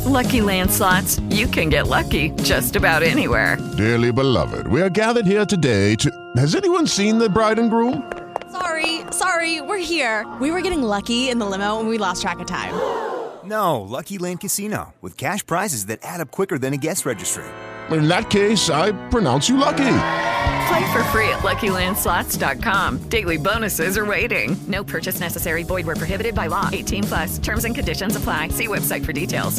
Lucky Land Slots, you can get lucky just about anywhere. Dearly beloved, we are gathered here today to... Has anyone seen the bride and groom? Sorry, we're here. We were getting lucky in the limo and we lost track of time. No, Lucky Land Casino, with cash prizes that add up quicker than a guest registry. In that case, I pronounce you lucky. Play for free at LuckyLandSlots.com. Daily bonuses are waiting. No purchase necessary. Void where prohibited by law. 18+. Terms and conditions apply. See website for details.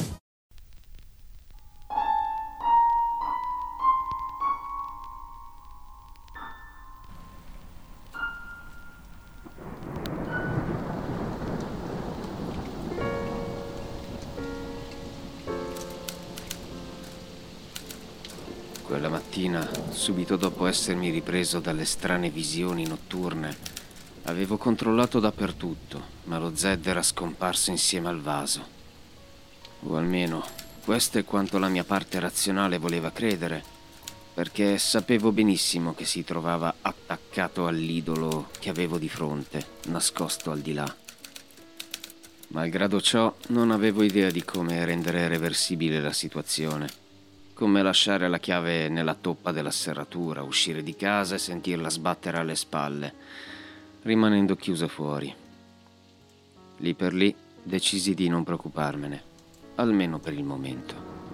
Quella mattina, subito dopo essermi ripreso dalle strane visioni notturne, avevo controllato dappertutto, ma lo Zed era scomparso insieme al vaso. O almeno, questo è quanto la mia parte razionale voleva credere, perché sapevo benissimo che si trovava attaccato all'idolo che avevo di fronte, nascosto al di là. Malgrado ciò, non avevo idea di come rendere reversibile la situazione. Come lasciare la chiave nella toppa della serratura, uscire di casa e sentirla sbattere alle spalle, rimanendo chiusa fuori. Lì per lì decisi di non preoccuparmene, almeno per il momento.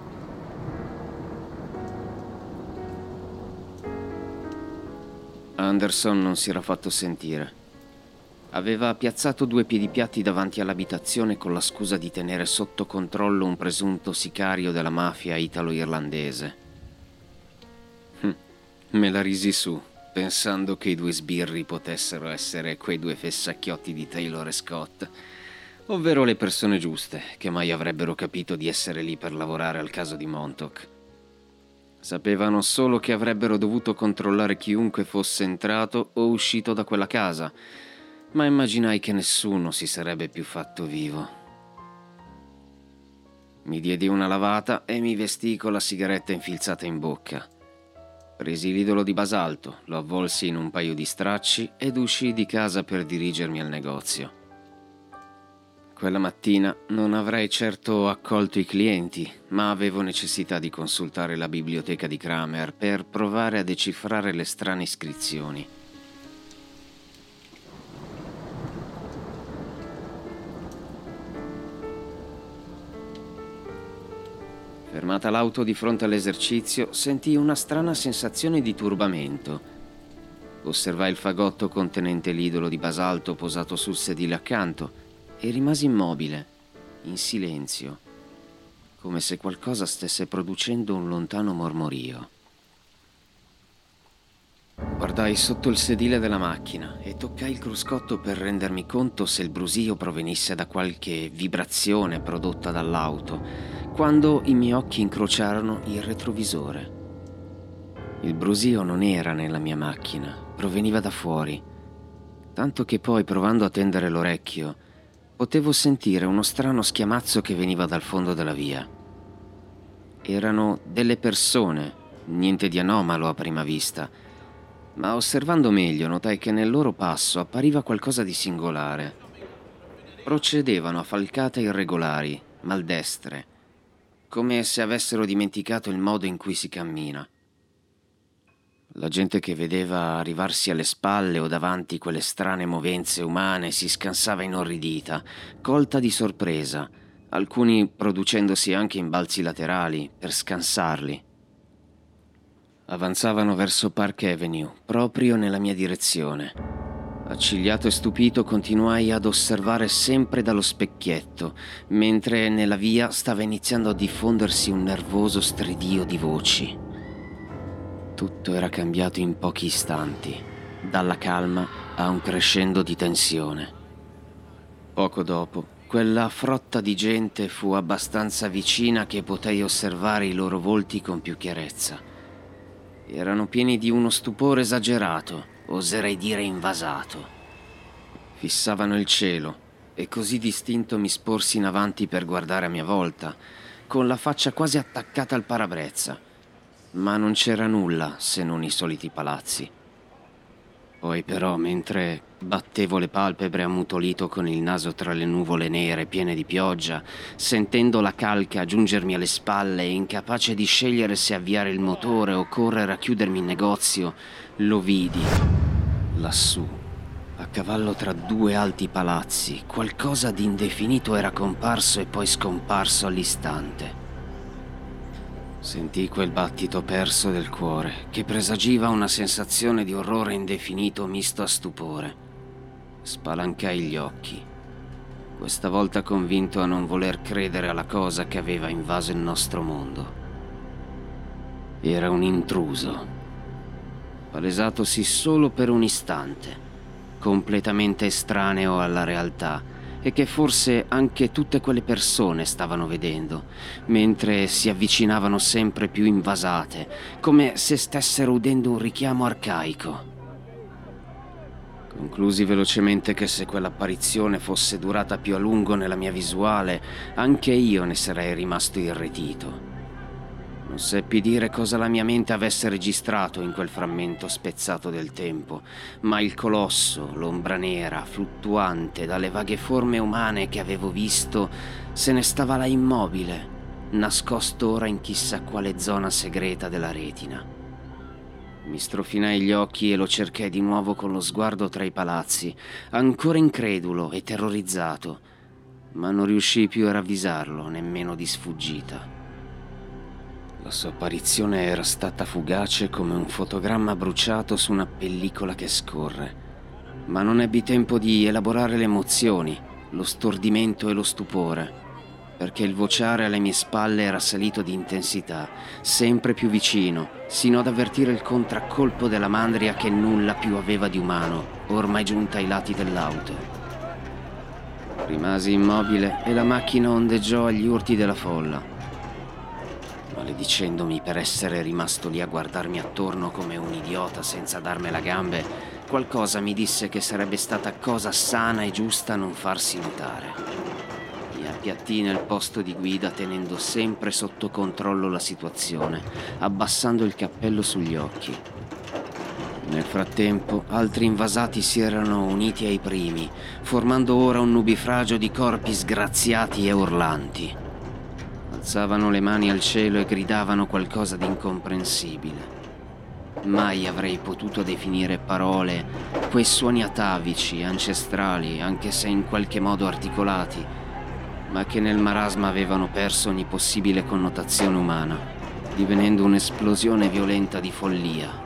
Anderson non si era fatto sentire. Aveva piazzato 2 piedipiatti davanti all'abitazione con la scusa di tenere sotto controllo un presunto sicario della mafia italo-irlandese. Me la risi su, pensando che i 2 sbirri potessero essere quei 2 fessacchiotti di Taylor e Scott, ovvero le persone giuste, che mai avrebbero capito di essere lì per lavorare al caso di Montauk. Sapevano solo che avrebbero dovuto controllare chiunque fosse entrato o uscito da quella casa, ma immaginai che nessuno si sarebbe più fatto vivo. Mi diedi una lavata e mi vestii con la sigaretta infilzata in bocca. Presi l'idolo di basalto, lo avvolsi in un paio di stracci ed uscii di casa per dirigermi al negozio. Quella mattina non avrei certo accolto i clienti, ma avevo necessità di consultare la biblioteca di Kramer per provare a decifrare le strane iscrizioni. Fermata l'auto di fronte all'esercizio, sentii una strana sensazione di turbamento. Osservai il fagotto contenente l'idolo di basalto posato sul sedile accanto e rimasi immobile, in silenzio, come se qualcosa stesse producendo un lontano mormorio. Guardai sotto il sedile della macchina e toccai il cruscotto per rendermi conto se il brusio provenisse da qualche vibrazione prodotta dall'auto, quando i miei occhi incrociarono il retrovisore. Il brusio non era nella mia macchina, proveniva da fuori, tanto che poi, provando a tendere l'orecchio, potevo sentire uno strano schiamazzo che veniva dal fondo della via. Erano delle persone, niente di anomalo a prima vista, ma osservando meglio notai che nel loro passo appariva qualcosa di singolare. Procedevano a falcate irregolari, maldestre, come se avessero dimenticato il modo in cui si cammina. La gente che vedeva arrivarsi alle spalle o davanti quelle strane movenze umane si scansava inorridita, colta di sorpresa, alcuni producendosi anche imbalzi laterali per scansarli. Avanzavano verso Park Avenue, proprio nella mia direzione. Accigliato e stupito continuai ad osservare sempre dallo specchietto, mentre nella via stava iniziando a diffondersi un nervoso stridio di voci. Tutto era cambiato in pochi istanti, dalla calma a un crescendo di tensione. Poco dopo, quella frotta di gente fu abbastanza vicina che potei osservare i loro volti con più chiarezza. Erano pieni di uno stupore esagerato, oserei dire invasato. Fissavano il cielo e così distinto mi sporsi in avanti per guardare a mia volta, con la faccia quasi attaccata al parabrezza, ma non c'era nulla se non i soliti palazzi. Poi però, mentre battevo le palpebre ammutolito con il naso tra le nuvole nere piene di pioggia, sentendo la calca giungermi alle spalle e incapace di scegliere se avviare il motore o correre a chiudermi in negozio, lo vidi, lassù, a cavallo tra due alti palazzi. Qualcosa di indefinito era comparso e poi scomparso all'istante. Sentii quel battito perso del cuore, che presagiva una sensazione di orrore indefinito misto a stupore. Spalancai gli occhi, questa volta convinto a non voler credere alla cosa che aveva invaso il nostro mondo. Era un intruso, palesatosi solo per un istante, completamente estraneo alla realtà, e che forse anche tutte quelle persone stavano vedendo, mentre si avvicinavano sempre più invasate, come se stessero udendo un richiamo arcaico. Conclusi velocemente che se quell'apparizione fosse durata più a lungo nella mia visuale, anche io ne sarei rimasto irretito. Non seppi dire cosa la mia mente avesse registrato in quel frammento spezzato del tempo, ma il colosso, l'ombra nera, fluttuante dalle vaghe forme umane che avevo visto, se ne stava là immobile, nascosto ora in chissà quale zona segreta della retina. Mi strofinai gli occhi e lo cercai di nuovo con lo sguardo tra i palazzi, ancora incredulo e terrorizzato, ma non riuscii più a ravvisarlo, nemmeno di sfuggita. La sua apparizione era stata fugace come un fotogramma bruciato su una pellicola che scorre, ma non ebbi tempo di elaborare le emozioni, lo stordimento e lo stupore, perché il vociare alle mie spalle era salito di intensità, sempre più vicino, sino ad avvertire il contraccolpo della mandria che nulla più aveva di umano, ormai giunta ai lati dell'auto. Rimasi immobile e la macchina ondeggiò agli urti della folla. Maledicendomi per essere rimasto lì a guardarmi attorno come un idiota senza darmela gambe, qualcosa mi disse che sarebbe stata cosa sana e giusta non farsi notare. Mi appiattii nel posto di guida tenendo sempre sotto controllo la situazione, abbassando il cappello sugli occhi. Nel frattempo, altri invasati si erano uniti ai primi, formando ora un nubifragio di corpi sgraziati e urlanti. Alzavano le mani al cielo e gridavano qualcosa di incomprensibile. Mai avrei potuto definire parole quei suoni atavici, ancestrali, anche se in qualche modo articolati, ma che nel marasma avevano perso ogni possibile connotazione umana, divenendo un'esplosione violenta di follia.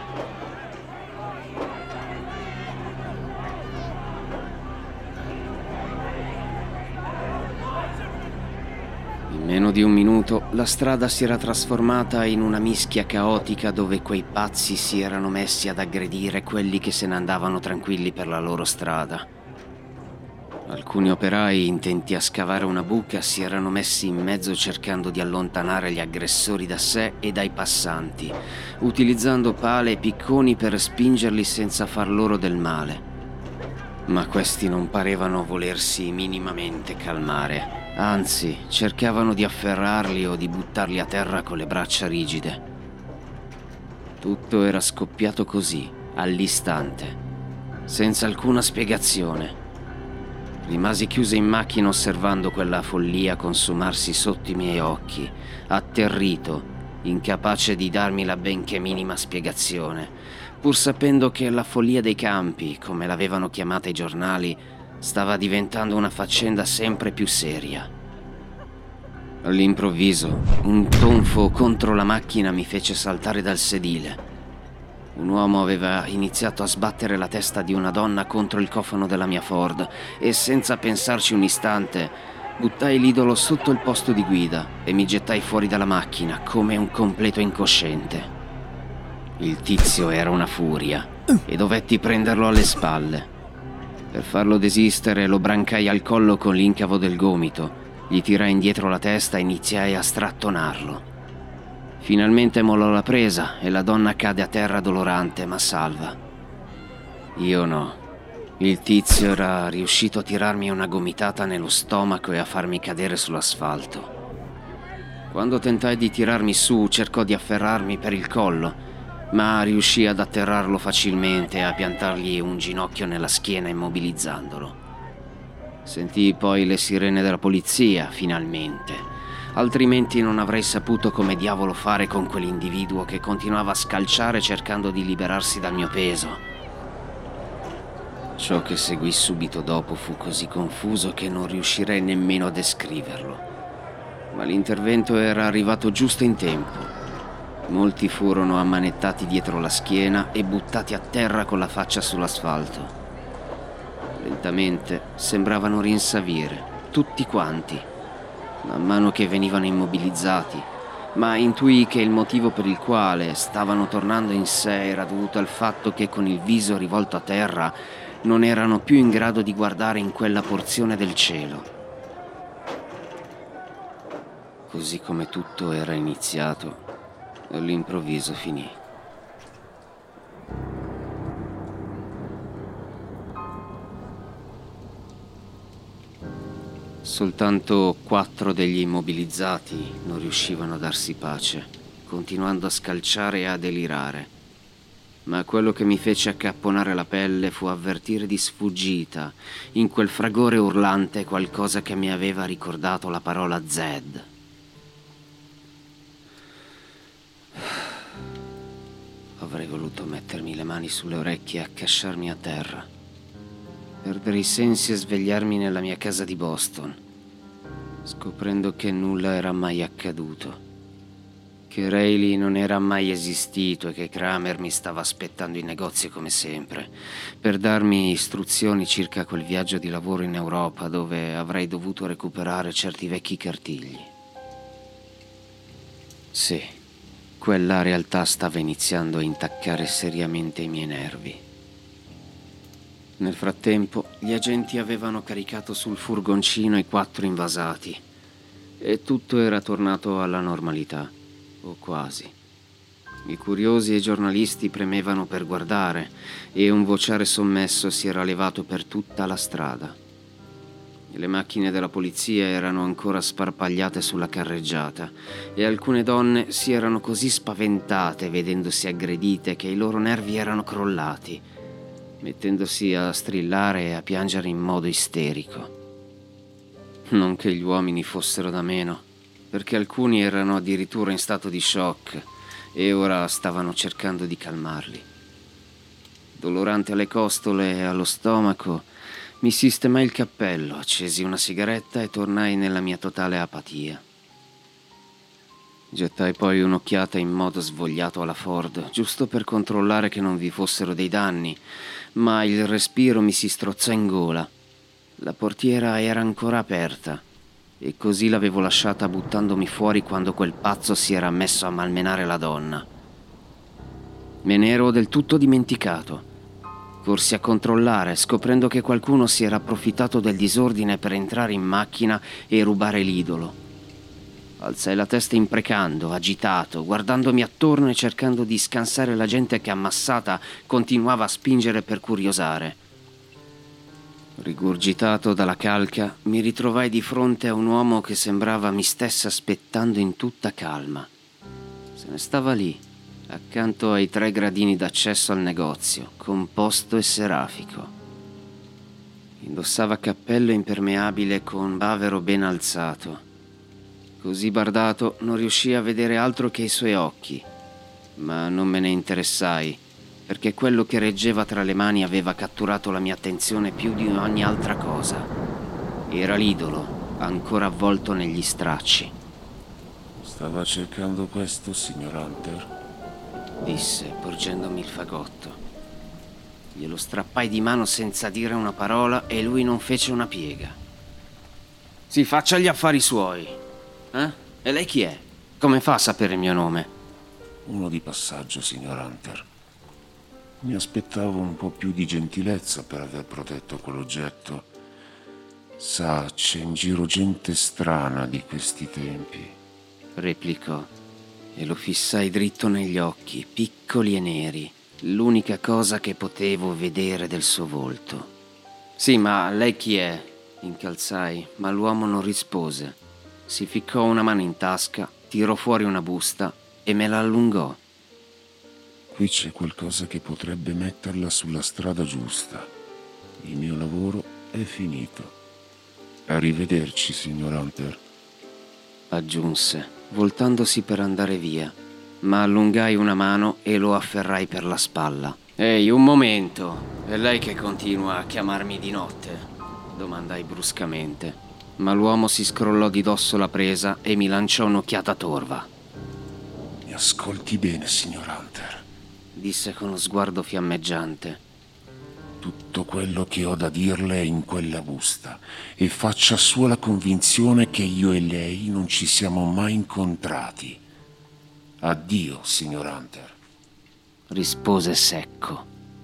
In meno di un minuto la strada si era trasformata in una mischia caotica dove quei pazzi si erano messi ad aggredire quelli che se ne andavano tranquilli per la loro strada. Alcuni operai, intenti a scavare una buca, si erano messi in mezzo cercando di allontanare gli aggressori da sé e dai passanti, utilizzando pale e picconi per spingerli senza far loro del male. Ma questi non parevano volersi minimamente calmare. Anzi, cercavano di afferrarli o di buttarli a terra con le braccia rigide. Tutto era scoppiato così, all'istante, senza alcuna spiegazione. Rimasi chiuso in macchina osservando quella follia consumarsi sotto i miei occhi, atterrito, incapace di darmi la benché minima spiegazione, pur sapendo che la follia dei campi, come l'avevano chiamata i giornali, stava diventando una faccenda sempre più seria. All'improvviso, un tonfo contro la macchina mi fece saltare dal sedile. Un uomo aveva iniziato a sbattere la testa di una donna contro il cofano della mia Ford e, senza pensarci un istante, buttai l'idolo sotto il posto di guida e mi gettai fuori dalla macchina come un completo incosciente. Il tizio era una furia e dovetti prenderlo alle spalle. Per farlo desistere lo brancai al collo con l'incavo del gomito, gli tirai indietro la testa e iniziai a strattonarlo. Finalmente mollò la presa e la donna cade a terra dolorante ma salva. Io no. Il tizio era riuscito a tirarmi una gomitata nello stomaco e a farmi cadere sull'asfalto. Quando tentai di tirarmi su, cercò di afferrarmi per il collo, ma riuscii ad atterrarlo facilmente e a piantargli un ginocchio nella schiena immobilizzandolo. Sentii poi le sirene della polizia, finalmente. Altrimenti non avrei saputo come diavolo fare con quell'individuo che continuava a scalciare cercando di liberarsi dal mio peso. Ciò che seguì subito dopo fu così confuso che non riuscirei nemmeno a descriverlo. Ma l'intervento era arrivato giusto in tempo. Molti furono ammanettati dietro la schiena e buttati a terra con la faccia sull'asfalto. Lentamente sembravano rinsavire, tutti quanti, man mano che venivano immobilizzati, ma intuii che il motivo per il quale stavano tornando in sé era dovuto al fatto che con il viso rivolto a terra non erano più in grado di guardare in quella porzione del cielo. Così come tutto era iniziato, all'improvviso finì. Soltanto 4 degli immobilizzati non riuscivano a darsi pace, continuando a scalciare e a delirare. Ma quello che mi fece accapponare la pelle fu avvertire di sfuggita, in quel fragore urlante, qualcosa che mi aveva ricordato la parola Zed. Avrei voluto mettermi le mani sulle orecchie e accasciarmi a terra. Perdere i sensi e svegliarmi nella mia casa di Boston, scoprendo che nulla era mai accaduto, che Rayleigh non era mai esistito e che Kramer mi stava aspettando in negozio come sempre, per darmi istruzioni circa quel viaggio di lavoro in Europa dove avrei dovuto recuperare certi vecchi cartigli. Sì, quella realtà stava iniziando a intaccare seriamente i miei nervi. Nel frattempo, gli agenti avevano caricato sul furgoncino i 4 invasati e tutto era tornato alla normalità, o quasi. I curiosi e i giornalisti premevano per guardare e un vociare sommesso si era levato per tutta la strada. Le macchine della polizia erano ancora sparpagliate sulla carreggiata e alcune donne si erano così spaventate vedendosi aggredite che i loro nervi erano crollati, mettendosi a strillare e a piangere in modo isterico. Non che gli uomini fossero da meno, perché alcuni erano addirittura in stato di shock e ora stavano cercando di calmarli. Dolorante alle costole e allo stomaco, mi sistemai il cappello, accesi una sigaretta e tornai nella mia totale apatia. Gettai poi un'occhiata in modo svogliato alla Ford, giusto per controllare che non vi fossero dei danni, ma il respiro mi si strozzò in gola. La portiera era ancora aperta e così l'avevo lasciata buttandomi fuori quando quel pazzo si era messo a malmenare la donna. Me ne ero del tutto dimenticato. Corsi a controllare, scoprendo che qualcuno si era approfittato del disordine per entrare in macchina e rubare l'idolo. Alzai la testa imprecando, agitato, guardandomi attorno e cercando di scansare la gente che ammassata continuava a spingere per curiosare. Rigurgitato dalla calca, mi ritrovai di fronte a un uomo che sembrava mi stesse aspettando in tutta calma. Se ne stava lì, accanto ai 3 gradini d'accesso al negozio, composto e serafico. Indossava cappello impermeabile con bavero ben alzato. Così bardato non riuscii a vedere altro che i suoi occhi, ma non me ne interessai, perché quello che reggeva tra le mani aveva catturato la mia attenzione più di ogni altra cosa. Era l'idolo, ancora avvolto negli stracci. Stava cercando questo, signor Hunter? Disse, porgendomi il fagotto. Glielo strappai di mano senza dire una parola e lui non fece una piega. Si faccia gli affari suoi. E lei chi è? Come fa a sapere il mio nome? Uno di passaggio, signor Hunter. Mi aspettavo un po' più di gentilezza per aver protetto quell'oggetto. Sa, c'è in giro gente strana di questi tempi. Replicò e lo fissai dritto negli occhi, piccoli e neri, l'unica cosa che potevo vedere del suo volto. Sì, ma lei chi è? Incalzai, ma l'uomo non rispose. Si ficcò una mano in tasca, tirò fuori una busta e me la allungò. qui c'è qualcosa che potrebbe metterla sulla strada giusta. Il mio lavoro è finito. Arrivederci, signor Hunter. Aggiunse, voltandosi per andare via, ma allungai una mano e lo afferrai per la spalla. Ehi, un momento! È lei che continua a chiamarmi di notte? Domandai bruscamente, ma l'uomo si scrollò di dosso la presa e mi lanciò un'occhiata torva. Mi ascolti bene, signor Hunter. Disse con lo sguardo fiammeggiante. Tutto quello che ho da dirle è in quella busta e faccia sua la convinzione che io e lei non ci siamo mai incontrati. Addio, signor Hunter. Rispose secco.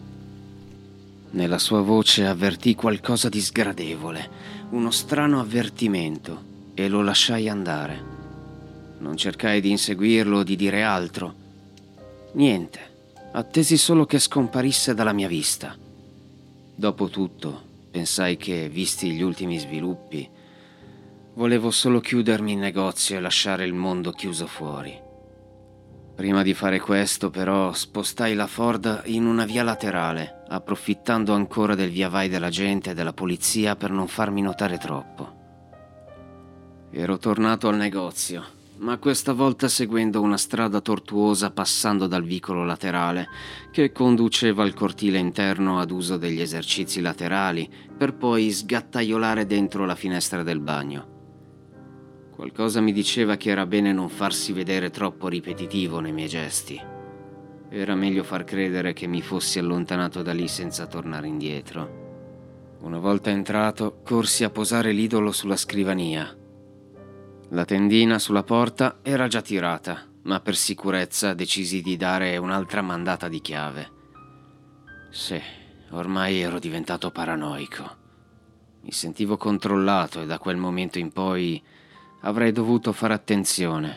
Nella sua voce avvertì qualcosa di sgradevole, uno strano avvertimento, e lo lasciai andare. Non cercai di inseguirlo o di dire altro. Niente, attesi solo che scomparisse dalla mia vista. Dopotutto, pensai che, visti gli ultimi sviluppi, volevo solo chiudermi in negozio e lasciare il mondo chiuso fuori. Prima di fare questo, però, spostai la Ford in una via laterale, approfittando ancora del viavai della gente e della polizia per non farmi notare troppo. Ero tornato al negozio, ma questa volta seguendo una strada tortuosa passando dal vicolo laterale che conduceva al cortile interno ad uso degli esercizi laterali per poi sgattaiolare dentro la finestra del bagno. Qualcosa mi diceva che era bene non farsi vedere troppo ripetitivo nei miei gesti. Era meglio far credere che mi fossi allontanato da lì senza tornare indietro. Una volta entrato, corsi a posare l'idolo sulla scrivania. La tendina sulla porta era già tirata, ma per sicurezza decisi di dare un'altra mandata di chiave. Sì, ormai ero diventato paranoico. Mi sentivo controllato e da quel momento in poi avrei dovuto fare attenzione.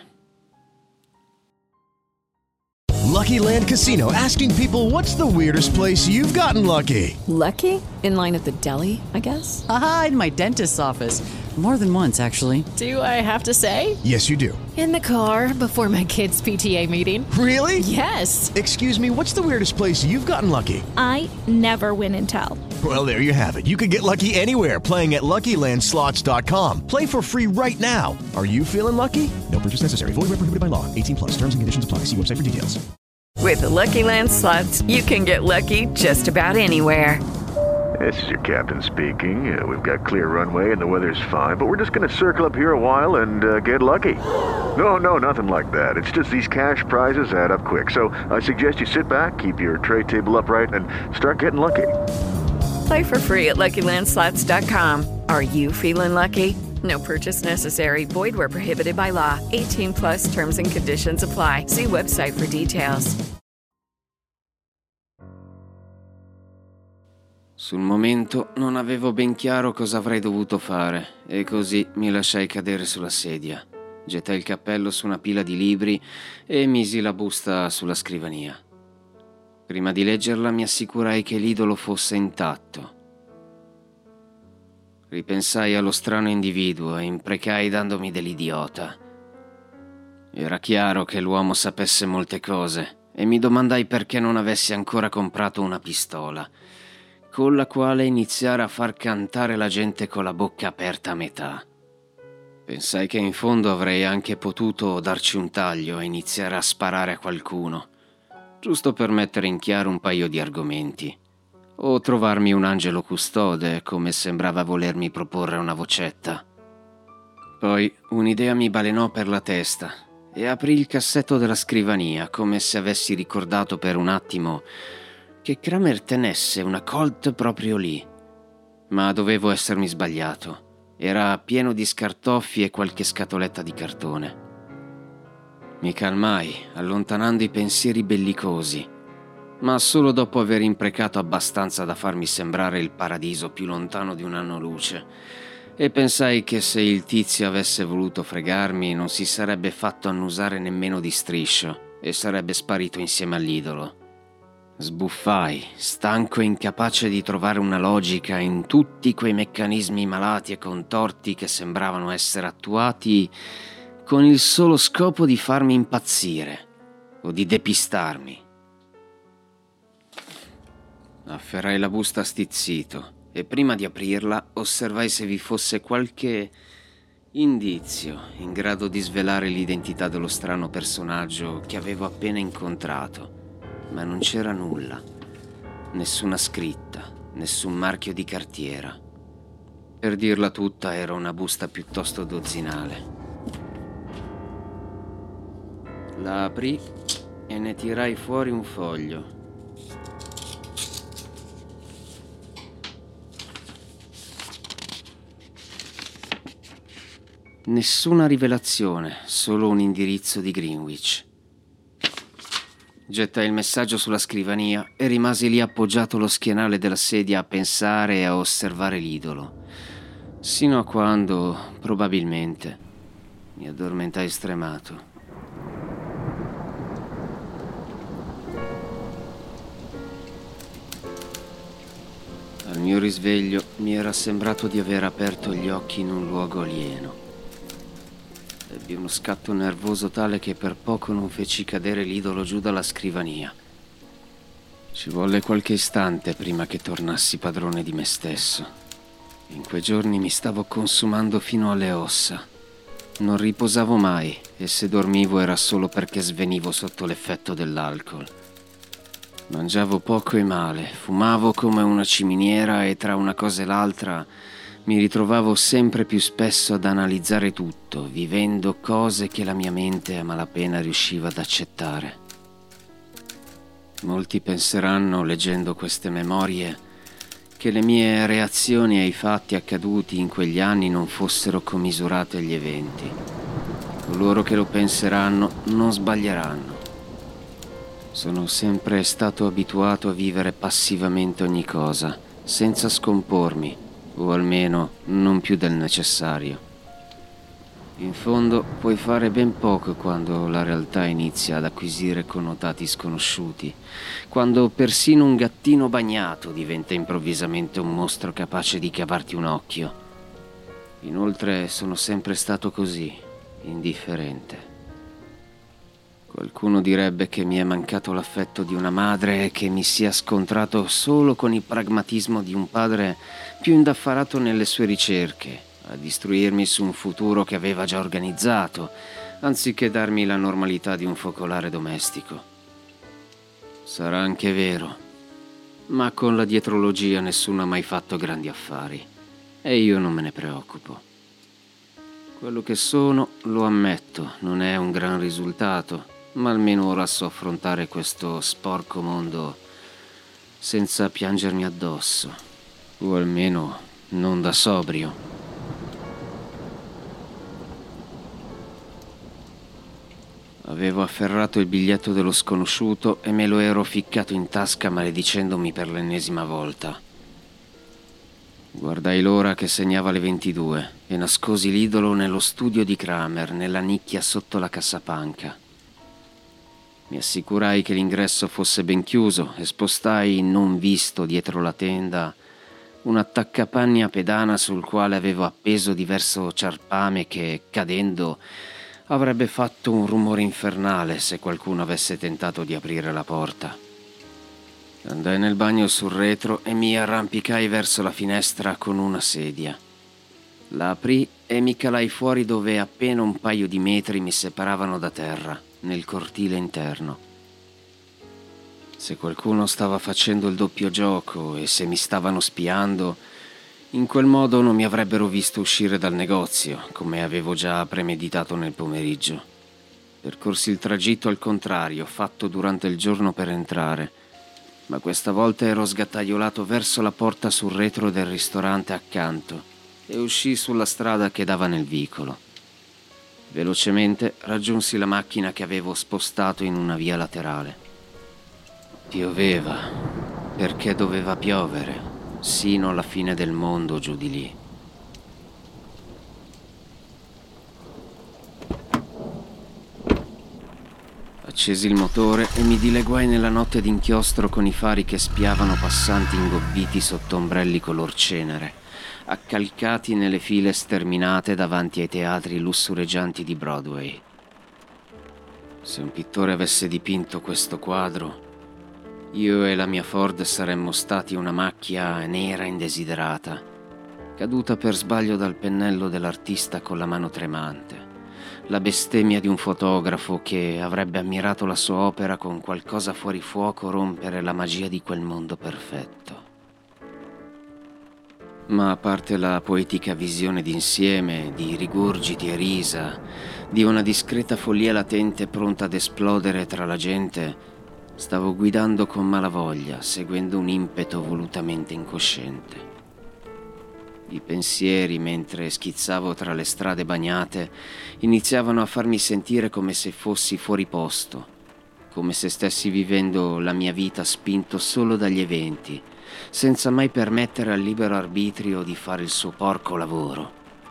Lucky Land Casino, asking people, what's the weirdest place you've gotten lucky? Lucky? In line at the deli, I guess? Aha, in my dentist's office. More than once, actually. Do I have to say? Yes, you do. In the car before my kids' PTA meeting. Really? Yes. Excuse me, what's the weirdest place you've gotten lucky? I never win and tell. Well, there you have it. You can get lucky anywhere, playing at LuckyLandSlots.com. Play for free right now. Are you feeling lucky? No purchase necessary. Void where prohibited by law. 18 plus. Terms and conditions apply. See website for details. With the Lucky Land Slots, you can get lucky just about anywhere. This is your captain speaking. We've got clear runway and the weather's fine, but we're just going to circle up here a while and get lucky. No, nothing like that. It's just these cash prizes add up quick. So I suggest you sit back, keep your tray table upright, and start getting lucky. Play for free at LuckyLandSlots.com. Are you feeling lucky? No purchase necessary. Void where prohibited by law. 18 plus terms and conditions apply. See website for details. Sul momento non avevo ben chiaro cosa avrei dovuto fare e così mi lasciai cadere sulla sedia. Gettai il cappello su una pila di libri e misi la busta sulla scrivania. Prima di leggerla mi assicurai che l'idolo fosse intatto. Ripensai allo strano individuo e imprecai dandomi dell'idiota. Era chiaro che l'uomo sapesse molte cose e mi domandai perché non avessi ancora comprato una pistola, con la quale iniziare a far cantare la gente con la bocca aperta a metà. Pensai che in fondo avrei anche potuto darci un taglio e iniziare a sparare a qualcuno, giusto per mettere in chiaro un paio di argomenti, o trovarmi un angelo custode, come sembrava volermi proporre una vocetta. Poi un'idea mi balenò per la testa e aprì il cassetto della scrivania, come se avessi ricordato per un attimo che Kramer tenesse una Colt proprio lì. Ma dovevo essermi sbagliato. Era pieno di scartoffi e qualche scatoletta di cartone. Mi calmai, allontanando i pensieri bellicosi, ma solo dopo aver imprecato abbastanza da farmi sembrare il paradiso più lontano di un anno luce, e pensai che se il tizio avesse voluto fregarmi non si sarebbe fatto annusare nemmeno di striscio e sarebbe sparito insieme all'idolo. Sbuffai, stanco e incapace di trovare una logica in tutti quei meccanismi malati e contorti che sembravano essere attuati con il solo scopo di farmi impazzire o di depistarmi. Afferrai la busta stizzito e prima di aprirla osservai se vi fosse qualche indizio in grado di svelare l'identità dello strano personaggio che avevo appena incontrato, ma non c'era nulla. Nessuna scritta, nessun marchio di cartiera. Per dirla tutta, era una busta piuttosto dozzinale. La aprì e ne tirai fuori un foglio. Nessuna rivelazione, solo un indirizzo di Greenwich. Gettai il messaggio sulla scrivania e rimasi lì appoggiato allo schienale della sedia a pensare e a osservare l'idolo, sino a quando, probabilmente, mi addormentai stremato. Al mio risveglio mi era sembrato di aver aperto gli occhi in un luogo alieno. Ebbi uno scatto nervoso tale che per poco non feci cadere l'idolo giù dalla scrivania. Ci volle qualche istante prima che tornassi padrone di me stesso. In quei giorni mi stavo consumando fino alle ossa. Non riposavo mai e se dormivo era solo perché svenivo sotto l'effetto dell'alcol. Mangiavo poco e male, fumavo come una ciminiera e tra una cosa e l'altra mi ritrovavo sempre più spesso ad analizzare tutto, vivendo cose che la mia mente a malapena riusciva ad accettare. Molti penseranno, leggendo queste memorie, che le mie reazioni ai fatti accaduti in quegli anni non fossero commisurate agli eventi. Coloro che lo penseranno non sbaglieranno. Sono sempre stato abituato a vivere passivamente ogni cosa, senza scompormi, o almeno non più del necessario. In fondo puoi fare ben poco quando la realtà inizia ad acquisire connotati sconosciuti, quando persino un gattino bagnato diventa improvvisamente un mostro capace di cavarti un occhio. Inoltre sono sempre stato così, indifferente. Qualcuno direbbe che mi è mancato l'affetto di una madre e che mi sia scontrato solo con il pragmatismo di un padre più indaffarato nelle sue ricerche, a istruirmi su un futuro che aveva già organizzato, anziché darmi la normalità di un focolare domestico. Sarà anche vero, ma con la dietrologia nessuno ha mai fatto grandi affari, e io non me ne preoccupo. Quello che sono, lo ammetto, non è un gran risultato, ma almeno ora so affrontare questo sporco mondo senza piangermi addosso, o almeno non da sobrio. Avevo afferrato il biglietto dello sconosciuto e me lo ero ficcato in tasca maledicendomi per l'ennesima volta. Guardai l'ora che segnava le 22 e nascosi l'idolo nello studio di Kramer, nella nicchia sotto la cassapanca. Mi assicurai che l'ingresso fosse ben chiuso e spostai non visto dietro la tenda un attaccapanni a pedana sul quale avevo appeso diverso ciarpame che, cadendo, avrebbe fatto un rumore infernale se qualcuno avesse tentato di aprire la porta. Andai nel bagno sul retro e mi arrampicai verso la finestra con una sedia. La aprì e mi calai fuori dove appena un paio di metri mi separavano da terra, nel cortile interno. Se qualcuno stava facendo il doppio gioco e se mi stavano spiando, in quel modo non mi avrebbero visto uscire dal negozio, come avevo già premeditato nel pomeriggio. Percorsi il tragitto al contrario, fatto durante il giorno per entrare, ma questa volta ero sgattaiolato verso la porta sul retro del ristorante accanto e uscii sulla strada che dava nel vicolo. Velocemente raggiunsi la macchina che avevo spostato in una via laterale. Pioveva, perché doveva piovere, sino alla fine del mondo giù di lì. Accesi il motore e mi dileguai nella notte d'inchiostro con i fari che spiavano passanti ingobbiti sotto ombrelli color cenere, accalcati nelle file sterminate davanti ai teatri lussureggianti di Broadway. Se un pittore avesse dipinto questo quadro, Io e la mia Ford saremmo stati una macchia nera indesiderata, caduta per sbaglio dal pennello dell'artista con la mano tremante, la bestemmia di un fotografo che avrebbe ammirato la sua opera con qualcosa fuori fuoco rompere la magia di quel mondo perfetto. Ma a parte la poetica visione d'insieme, di rigurgiti e risa, di una discreta follia latente pronta ad esplodere tra la gente, stavo guidando con malavoglia, seguendo un impeto volutamente incosciente. I pensieri, mentre schizzavo tra le strade bagnate, iniziavano a farmi sentire come se fossi fuori posto, come se stessi vivendo la mia vita spinto solo dagli eventi, senza mai permettere al libero arbitrio di fare il suo porco lavoro.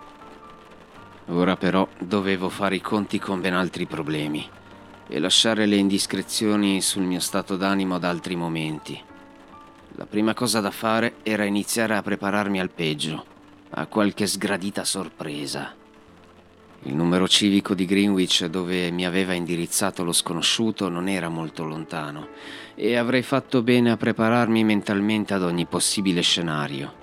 Ora però dovevo fare i conti con ben altri problemi e lasciare le indiscrezioni sul mio stato d'animo ad altri momenti. La prima cosa da fare era iniziare a prepararmi al peggio, a qualche sgradita sorpresa. Il numero civico di Greenwich dove mi aveva indirizzato lo sconosciuto non era molto lontano e avrei fatto bene a prepararmi mentalmente ad ogni possibile scenario.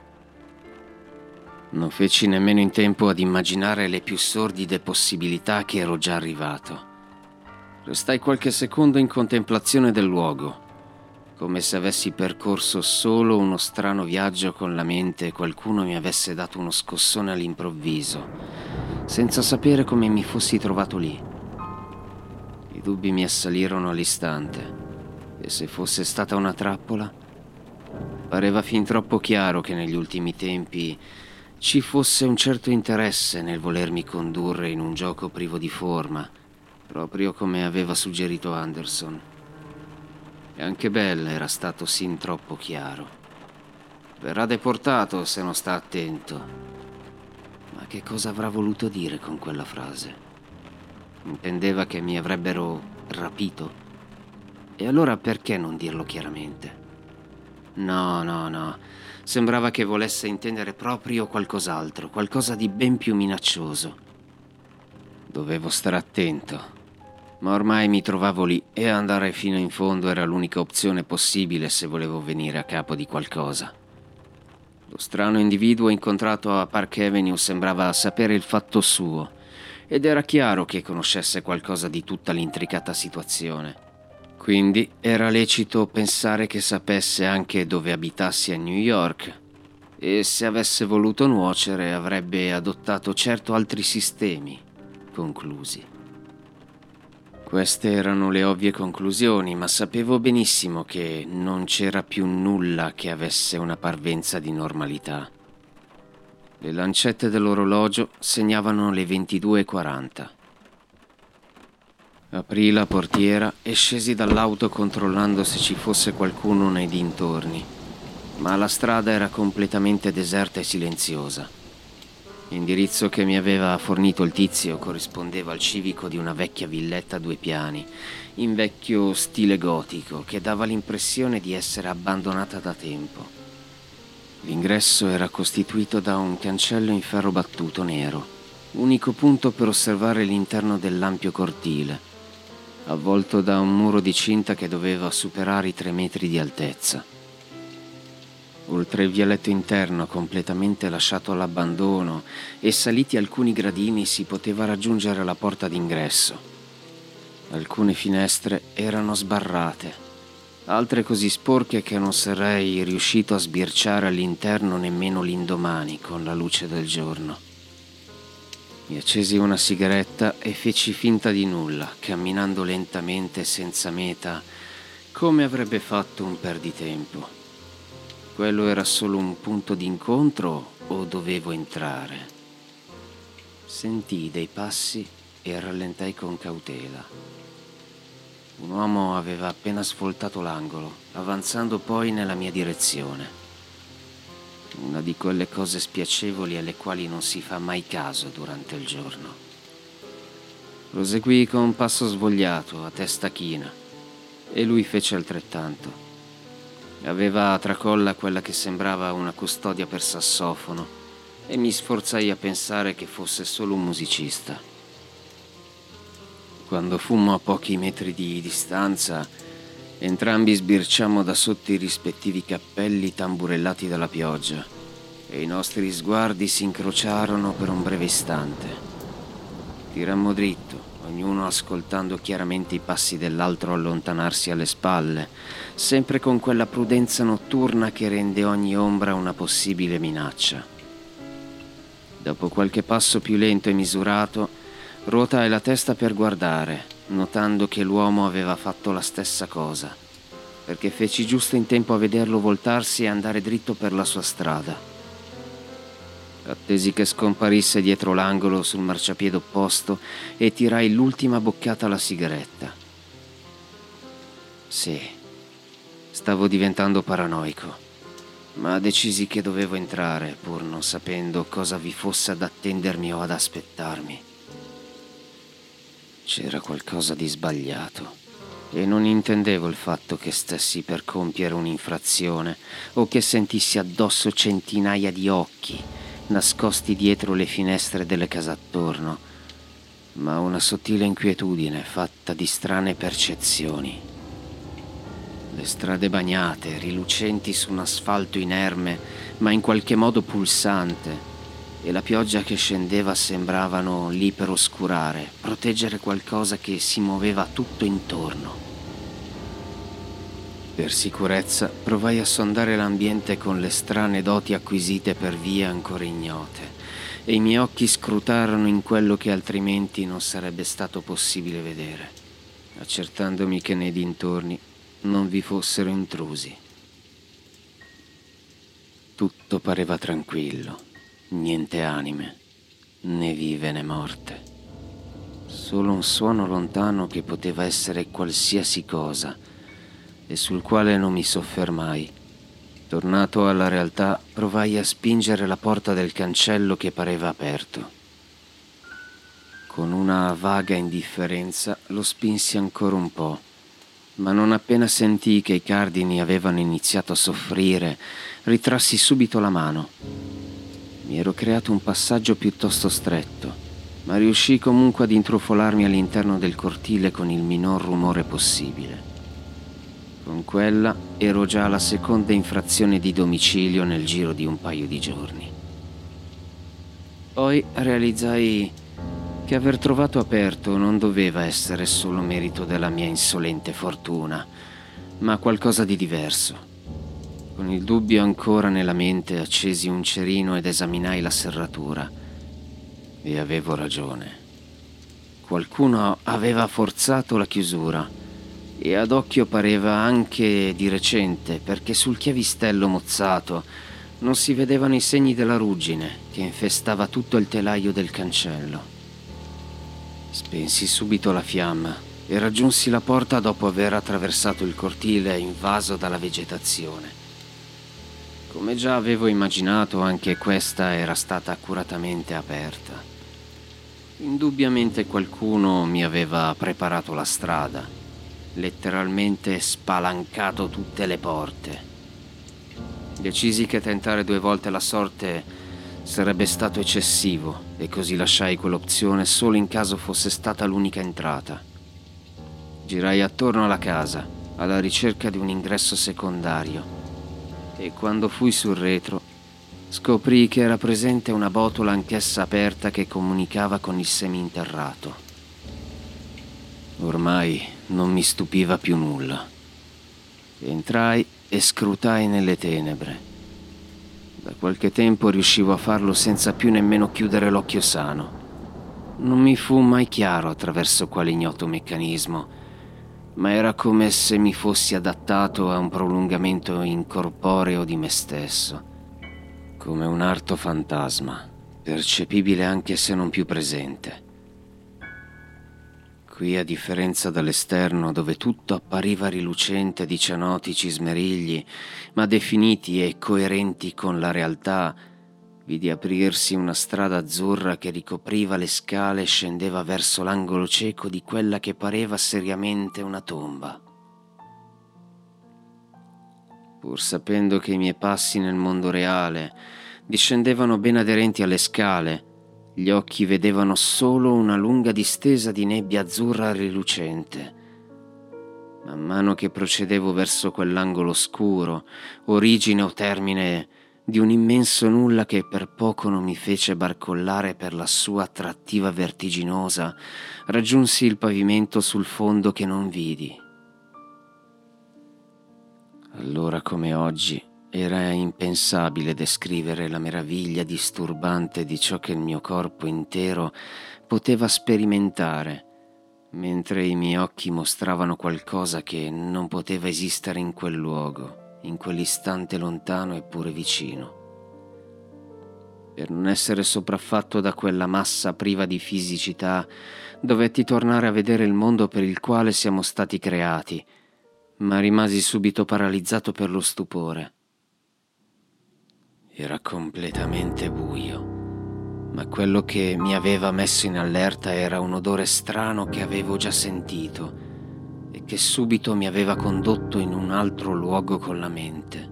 Non feci nemmeno in tempo ad immaginare le più sordide possibilità che ero già arrivato. Restai qualche secondo in contemplazione del luogo, come se avessi percorso solo uno strano viaggio con la mente e qualcuno mi avesse dato uno scossone all'improvviso, senza sapere come mi fossi trovato lì. I dubbi mi assalirono all'istante, e se fosse stata una trappola? Pareva fin troppo chiaro che negli ultimi tempi ci fosse un certo interesse nel volermi condurre in un gioco privo di forma, proprio come aveva suggerito Anderson. E anche Bell era stato sin troppo chiaro. Verrà deportato se non sta attento. Ma che cosa avrà voluto dire con quella frase? Intendeva che mi avrebbero rapito? E allora perché non dirlo chiaramente? No. Sembrava che volesse intendere proprio qualcos'altro, qualcosa di ben più minaccioso. Dovevo stare attento. Ma ormai mi trovavo lì e andare fino in fondo era l'unica opzione possibile se volevo venire a capo di qualcosa. Lo strano individuo incontrato a Park Avenue sembrava sapere il fatto suo ed era chiaro che conoscesse qualcosa di tutta l'intricata situazione. Quindi era lecito pensare che sapesse anche dove abitassi a New York e se avesse voluto nuocere avrebbe adottato certo altri sistemi, conclusi. Queste erano le ovvie conclusioni, ma sapevo benissimo che non c'era più nulla che avesse una parvenza di normalità. Le lancette dell'orologio segnavano le 22:40. Aprì la portiera e scesi dall'auto controllando se ci fosse qualcuno nei dintorni, ma la strada era completamente deserta e silenziosa. L'indirizzo che mi aveva fornito il tizio corrispondeva al civico di una vecchia villetta a 2 piani, in vecchio stile gotico, che dava l'impressione di essere abbandonata da tempo. L'ingresso era costituito da un cancello in ferro battuto nero, unico punto per osservare l'interno dell'ampio cortile, avvolto da un muro di cinta che doveva superare i 3 metri di altezza. Oltre il vialetto interno completamente lasciato all'abbandono e saliti alcuni gradini si poteva raggiungere la porta d'ingresso. Alcune finestre erano sbarrate, altre così sporche che non sarei riuscito a sbirciare all'interno nemmeno l'indomani con la luce del giorno. Mi accesi una sigaretta e feci finta di nulla, camminando lentamente senza meta, come avrebbe fatto un perditempo. Quello era solo un punto d'incontro o dovevo entrare? Sentii dei passi e rallentai con cautela. Un uomo aveva appena svoltato l'angolo, avanzando poi nella mia direzione. Una di quelle cose spiacevoli alle quali non si fa mai caso durante il giorno. Proseguii con un passo svogliato, a testa china, e lui fece altrettanto. Aveva a tracolla quella che sembrava una custodia per sassofono e mi sforzai a pensare che fosse solo un musicista. Quando fummo a pochi metri di distanza, Entrambi sbirciammo da sotto i rispettivi cappelli tamburellati dalla pioggia e i nostri sguardi si incrociarono per un breve istante. Tirammo dritto, ognuno ascoltando chiaramente i passi dell'altro allontanarsi alle spalle, sempre con quella prudenza notturna che rende ogni ombra una possibile minaccia. Dopo qualche passo più lento e misurato, ruotai la testa per guardare, notando che l'uomo aveva fatto la stessa cosa, perché feci giusto in tempo a vederlo voltarsi e andare dritto per la sua strada. Attesi che scomparisse dietro l'angolo sul marciapiede opposto e tirai l'ultima boccata alla sigaretta. Sì, stavo diventando paranoico, ma decisi che dovevo entrare, pur non sapendo cosa vi fosse ad attendermi o ad aspettarmi. C'era qualcosa di sbagliato e non intendevo il fatto che stessi per compiere un'infrazione o che sentissi addosso centinaia di occhi nascosti dietro le finestre delle case attorno, ma una sottile inquietudine fatta di strane percezioni. Le strade bagnate, rilucenti su un asfalto inerme, ma in qualche modo pulsante, e la pioggia che scendeva sembravano lì per oscurare, proteggere qualcosa che si muoveva tutto intorno. Per sicurezza provai a sondare l'ambiente con le strane doti acquisite per vie ancora ignote, e i miei occhi scrutarono in quello che altrimenti non sarebbe stato possibile vedere, accertandomi che nei dintorni non vi fossero intrusi. Tutto pareva tranquillo. Niente anime, né vive né morte. Solo un suono lontano che poteva essere qualsiasi cosa e sul quale non mi soffermai. Tornato alla realtà, provai a spingere la porta del cancello che pareva aperto. Con una vaga indifferenza lo spinsi ancora un po', ma non appena sentii che i cardini avevano iniziato a soffrire, ritrassi subito la mano. Mi ero creato un passaggio piuttosto stretto, ma riuscii comunque ad intrufolarmi all'interno del cortile con il minor rumore possibile. Con quella ero già alla seconda infrazione di domicilio nel giro di un paio di giorni. Poi realizzai che aver trovato aperto non doveva essere solo merito della mia insolente fortuna, ma qualcosa di diverso. Con il dubbio ancora nella mente accesi un cerino ed esaminai la serratura. E avevo ragione. Qualcuno aveva forzato la chiusura e ad occhio pareva anche di recente, perché sul chiavistello mozzato non si vedevano i segni della ruggine che infestava tutto il telaio del cancello. Spensi subito la fiamma e raggiunsi la porta dopo aver attraversato il cortile invaso dalla vegetazione. Come già avevo immaginato, anche questa era stata accuratamente aperta. Indubbiamente qualcuno mi aveva preparato la strada, letteralmente spalancato tutte le porte. Decisi che tentare 2 volte la sorte sarebbe stato eccessivo e così lasciai quell'opzione solo in caso fosse stata l'unica entrata. Girai attorno alla casa, alla ricerca di un ingresso secondario. E quando fui sul retro, scoprii che era presente una botola anch'essa aperta che comunicava con il seminterrato. Ormai non mi stupiva più nulla. Entrai e scrutai nelle tenebre. Da qualche tempo riuscivo a farlo senza più nemmeno chiudere l'occhio sano. Non mi fu mai chiaro attraverso quale ignoto meccanismo, ma era come se mi fossi adattato a un prolungamento incorporeo di me stesso, come un arto fantasma, percepibile anche se non più presente. Qui, a differenza dall'esterno, dove tutto appariva rilucente di cianotici smerigli, ma definiti e coerenti con la realtà, vidi aprirsi una strada azzurra che ricopriva le scale e scendeva verso l'angolo cieco di quella che pareva seriamente una tomba. Pur sapendo che i miei passi nel mondo reale discendevano ben aderenti alle scale, gli occhi vedevano solo una lunga distesa di nebbia azzurra rilucente. Man mano che procedevo verso quell'angolo oscuro, origine o termine di un immenso nulla che per poco non mi fece barcollare per la sua attrattiva vertiginosa, raggiunsi il pavimento sul fondo che non vidi. Allora come oggi era impensabile descrivere la meraviglia disturbante di ciò che il mio corpo intero poteva sperimentare, mentre i miei occhi mostravano qualcosa che non poteva esistere in quel luogo, in quell'istante lontano eppure vicino. Per non essere sopraffatto da quella massa priva di fisicità, dovetti tornare a vedere il mondo per il quale siamo stati creati, ma rimasi subito paralizzato per lo stupore. Era completamente buio, ma quello che mi aveva messo in allerta era un odore strano che avevo già sentito e che subito mi aveva condotto in un altro luogo con la mente.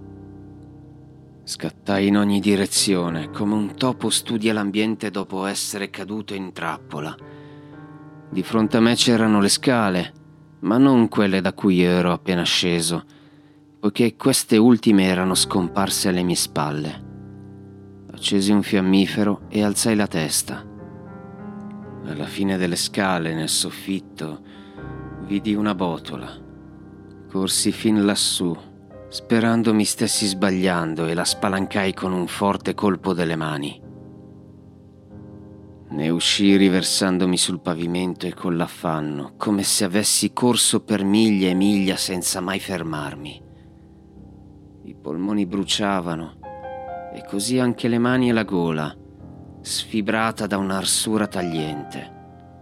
Scattai in ogni direzione, come un topo studia l'ambiente dopo essere caduto in trappola. Di fronte a me c'erano le scale, ma non quelle da cui ero appena sceso, poiché queste ultime erano scomparse alle mie spalle. Accesi un fiammifero e alzai la testa. Alla fine delle scale, nel soffitto, vidi una botola. Corsi fin lassù, sperando mi stessi sbagliando, e la spalancai con un forte colpo delle mani. Ne uscii riversandomi sul pavimento e con l'affanno, come se avessi corso per miglia e miglia senza mai fermarmi. I polmoni bruciavano, e così anche le mani e la gola, sfibrata da un'arsura tagliente.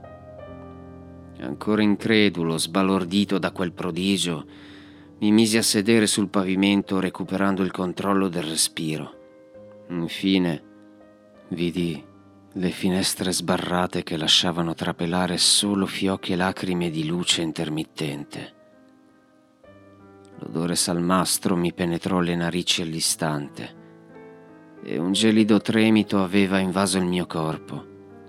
Ancora incredulo, sbalordito da quel prodigio, mi misi a sedere sul pavimento recuperando il controllo del respiro. Infine vidi le finestre sbarrate che lasciavano trapelare solo fiocche lacrime di luce intermittente. L'odore salmastro mi penetrò le narici all'istante e un gelido tremito aveva invaso il mio corpo.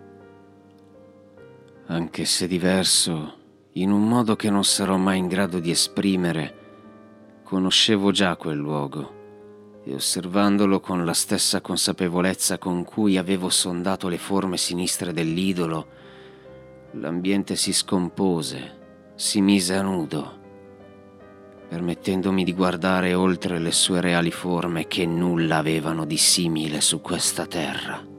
Anche se diverso, in un modo che non sarò mai in grado di esprimere, conoscevo già quel luogo e osservandolo con la stessa consapevolezza con cui avevo sondato le forme sinistre dell'idolo, l'ambiente si scompose, si mise a nudo, permettendomi di guardare oltre le sue reali forme che nulla avevano di simile su questa terra.